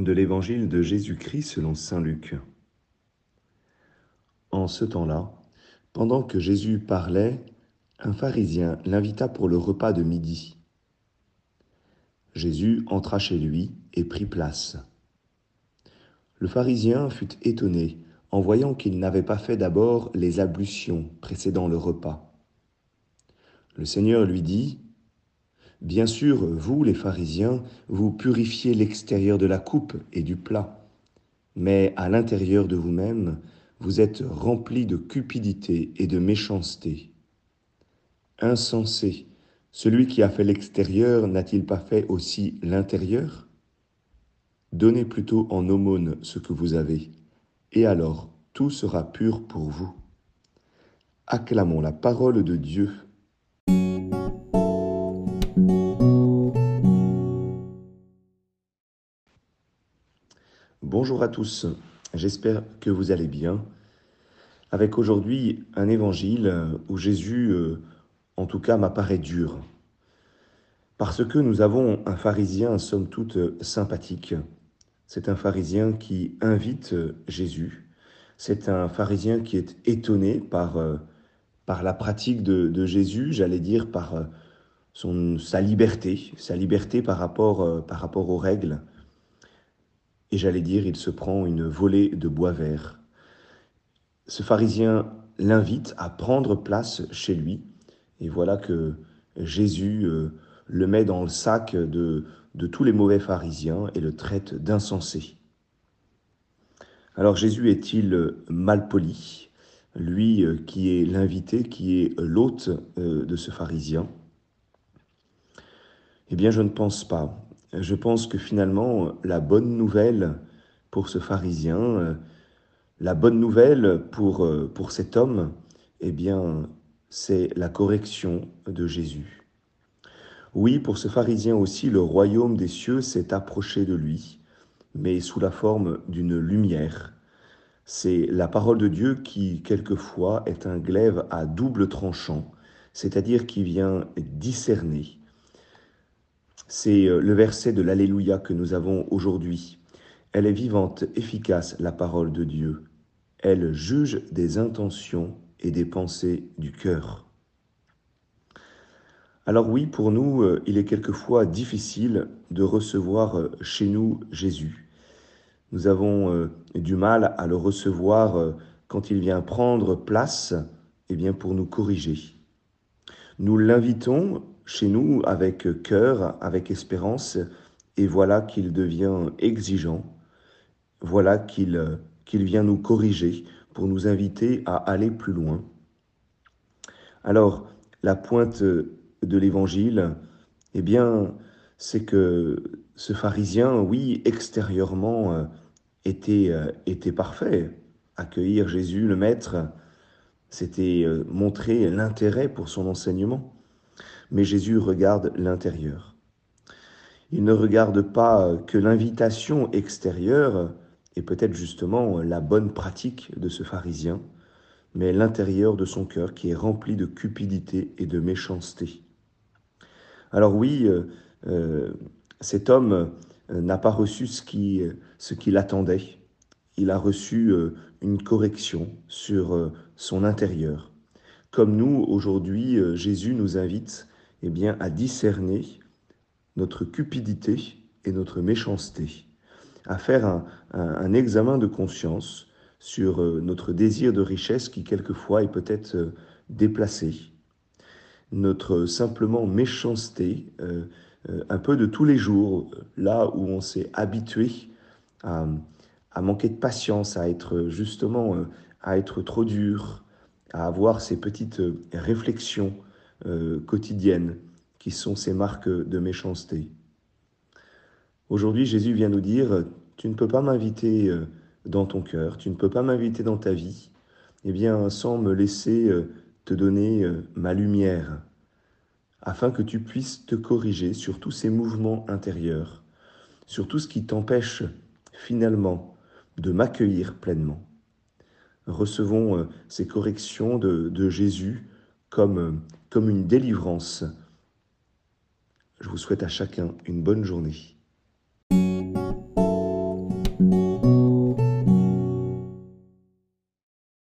De l'Évangile de Jésus-Christ selon saint Luc. En ce temps-là, pendant que Jésus parlait, un pharisien l'invita pour le repas de midi. Jésus entra chez lui et prit place. Le pharisien fut étonné en voyant qu'il n'avait pas fait d'abord les ablutions précédant le repas. Le Seigneur lui dit : « Bien sûr, vous, les pharisiens, vous purifiez l'extérieur de la coupe et du plat, mais à l'intérieur de vous-même, vous êtes remplis de cupidité et de méchanceté. Insensé, celui qui a fait l'extérieur n'a-t-il pas fait aussi l'intérieur ? Donnez plutôt en aumône ce que vous avez, et alors tout sera pur pour vous. » Acclamons la parole de Dieu. Bonjour à tous, j'espère que vous allez bien. Avec aujourd'hui un évangile où Jésus, en tout cas, m'apparaît dur. Parce que nous avons un pharisien, somme toute, sympathique. C'est un pharisien qui invite Jésus. C'est un pharisien qui est étonné par la pratique de Jésus, j'allais dire par sa liberté par rapport aux règles. Et j'allais dire, il se prend une volée de bois vert. Ce pharisien l'invite à prendre place chez lui. Et voilà que Jésus le met dans le sac de tous les mauvais pharisiens et le traite d'insensé. Alors Jésus est-il mal poli, lui qui est l'invité, qui est l'hôte de ce pharisien ? Eh bien, je ne pense pas. Je pense que finalement, la bonne nouvelle pour ce pharisien, la bonne nouvelle pour cet homme, eh bien, c'est la correction de Jésus. Oui, pour ce pharisien aussi, le royaume des cieux s'est approché de lui, mais sous la forme d'une lumière. C'est la parole de Dieu qui, quelquefois, est un glaive à double tranchant, c'est-à-dire qui vient discerner. C'est le verset de l'Alléluia que nous avons aujourd'hui. Elle est vivante, efficace, la parole de Dieu. Elle juge des intentions et des pensées du cœur. Alors oui, pour nous, il est quelquefois difficile de recevoir chez nous Jésus. Nous avons du mal à le recevoir quand il vient prendre place, eh bien pour nous corriger. Nous l'invitons chez nous avec cœur, avec espérance, et voilà qu'il devient exigeant. Voilà qu'il vient nous corriger pour nous inviter à aller plus loin. Alors, la pointe de l'Évangile, eh bien, c'est que ce pharisien, oui, extérieurement, était parfait. Accueillir Jésus, le Maître, c'était montrer l'intérêt pour son enseignement. Mais Jésus regarde l'intérieur. Il ne regarde pas que l'invitation extérieure, et peut-être justement la bonne pratique de ce pharisien, mais l'intérieur de son cœur qui est rempli de cupidité et de méchanceté. Alors oui, cet homme n'a pas reçu ce qu'il attendait. Il a reçu une correction sur son intérieur. Comme nous, aujourd'hui, Jésus nous invite eh bien, à discerner notre cupidité et notre méchanceté, à faire un examen de conscience sur notre désir de richesse qui quelquefois est peut-être déplacé, notre simplement méchanceté, un peu de tous les jours, là où on s'est habitué à, à manquer de patience, à être justement, à être trop dur, à avoir ces petites réflexions quotidiennes qui sont ces marques de méchanceté. Aujourd'hui, Jésus vient nous dire, tu ne peux pas m'inviter dans ton cœur, tu ne peux pas m'inviter dans ta vie, eh bien, sans me laisser te donner ma lumière, afin que tu puisses te corriger sur tous ces mouvements intérieurs, sur tout ce qui t'empêche finalement de m'accueillir pleinement. Recevons ces corrections de Jésus comme une délivrance. Je vous souhaite à chacun une bonne journée.